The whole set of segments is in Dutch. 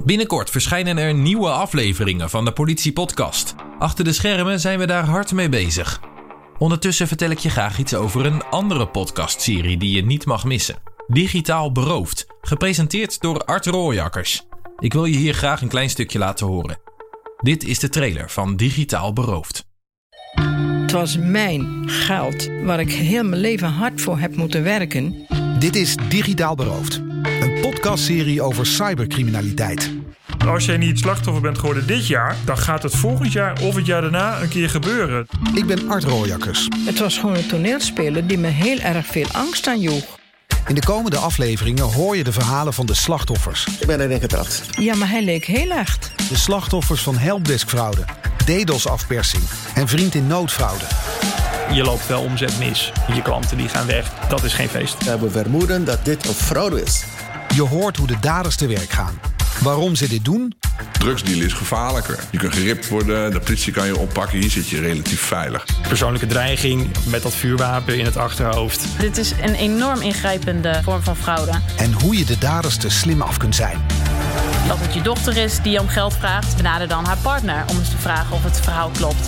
Binnenkort verschijnen er nieuwe afleveringen van de Politie-podcast. Achter de schermen zijn we daar hard mee bezig. Ondertussen vertel ik je graag iets over een andere podcastserie die je niet mag missen. Digitaal Beroofd, gepresenteerd door Art Rooijakkers. Ik wil je hier graag een klein stukje laten horen. Dit is de trailer van Digitaal Beroofd. Het was mijn geld waar ik heel mijn leven hard voor heb moeten werken. Dit is Digitaal Beroofd, een podcastserie over cybercriminaliteit. Als jij niet slachtoffer bent geworden dit jaar, dan gaat het volgend jaar of het jaar daarna een keer gebeuren. Ik ben Art Rooijakkers. Het was gewoon een toneelspeler die me heel erg veel angst aanjoeg. In de komende afleveringen hoor je de verhalen van de slachtoffers. Ik ben erin getrapt. Ja, maar hij leek heel echt. De slachtoffers van helpdeskfraude, DDoS-afpersing en vriend-in-nood-fraude. Je loopt wel omzet mis. Je klanten die gaan weg. Dat is geen feest. We hebben vermoeden dat dit een fraude is. Je hoort hoe de daders te werk gaan. Waarom ze dit doen? Drugsdealen is gevaarlijker. Je kunt geript worden, de politie kan je oppakken. Hier zit je relatief veilig. Persoonlijke dreiging met dat vuurwapen in het achterhoofd. Dit is een enorm ingrijpende vorm van fraude. En hoe je de daders te slim af kunt zijn. Als het je dochter is die om geld vraagt, benader dan haar partner om eens te vragen of het verhaal klopt.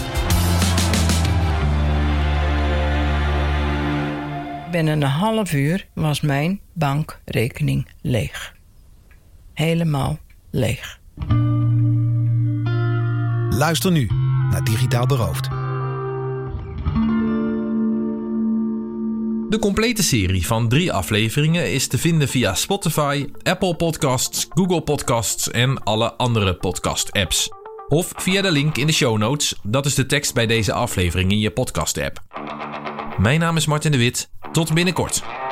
Binnen een half uur was mijn bankrekening leeg. Helemaal leeg. Luister nu naar Digitaal Beroofd. De complete serie van 3 afleveringen is te vinden via Spotify, Apple Podcasts, Google Podcasts en alle andere podcast-apps. Of via de link in de show notes, dat is de tekst bij deze aflevering in je podcast-app. Mijn naam is Martin de Wit, tot binnenkort.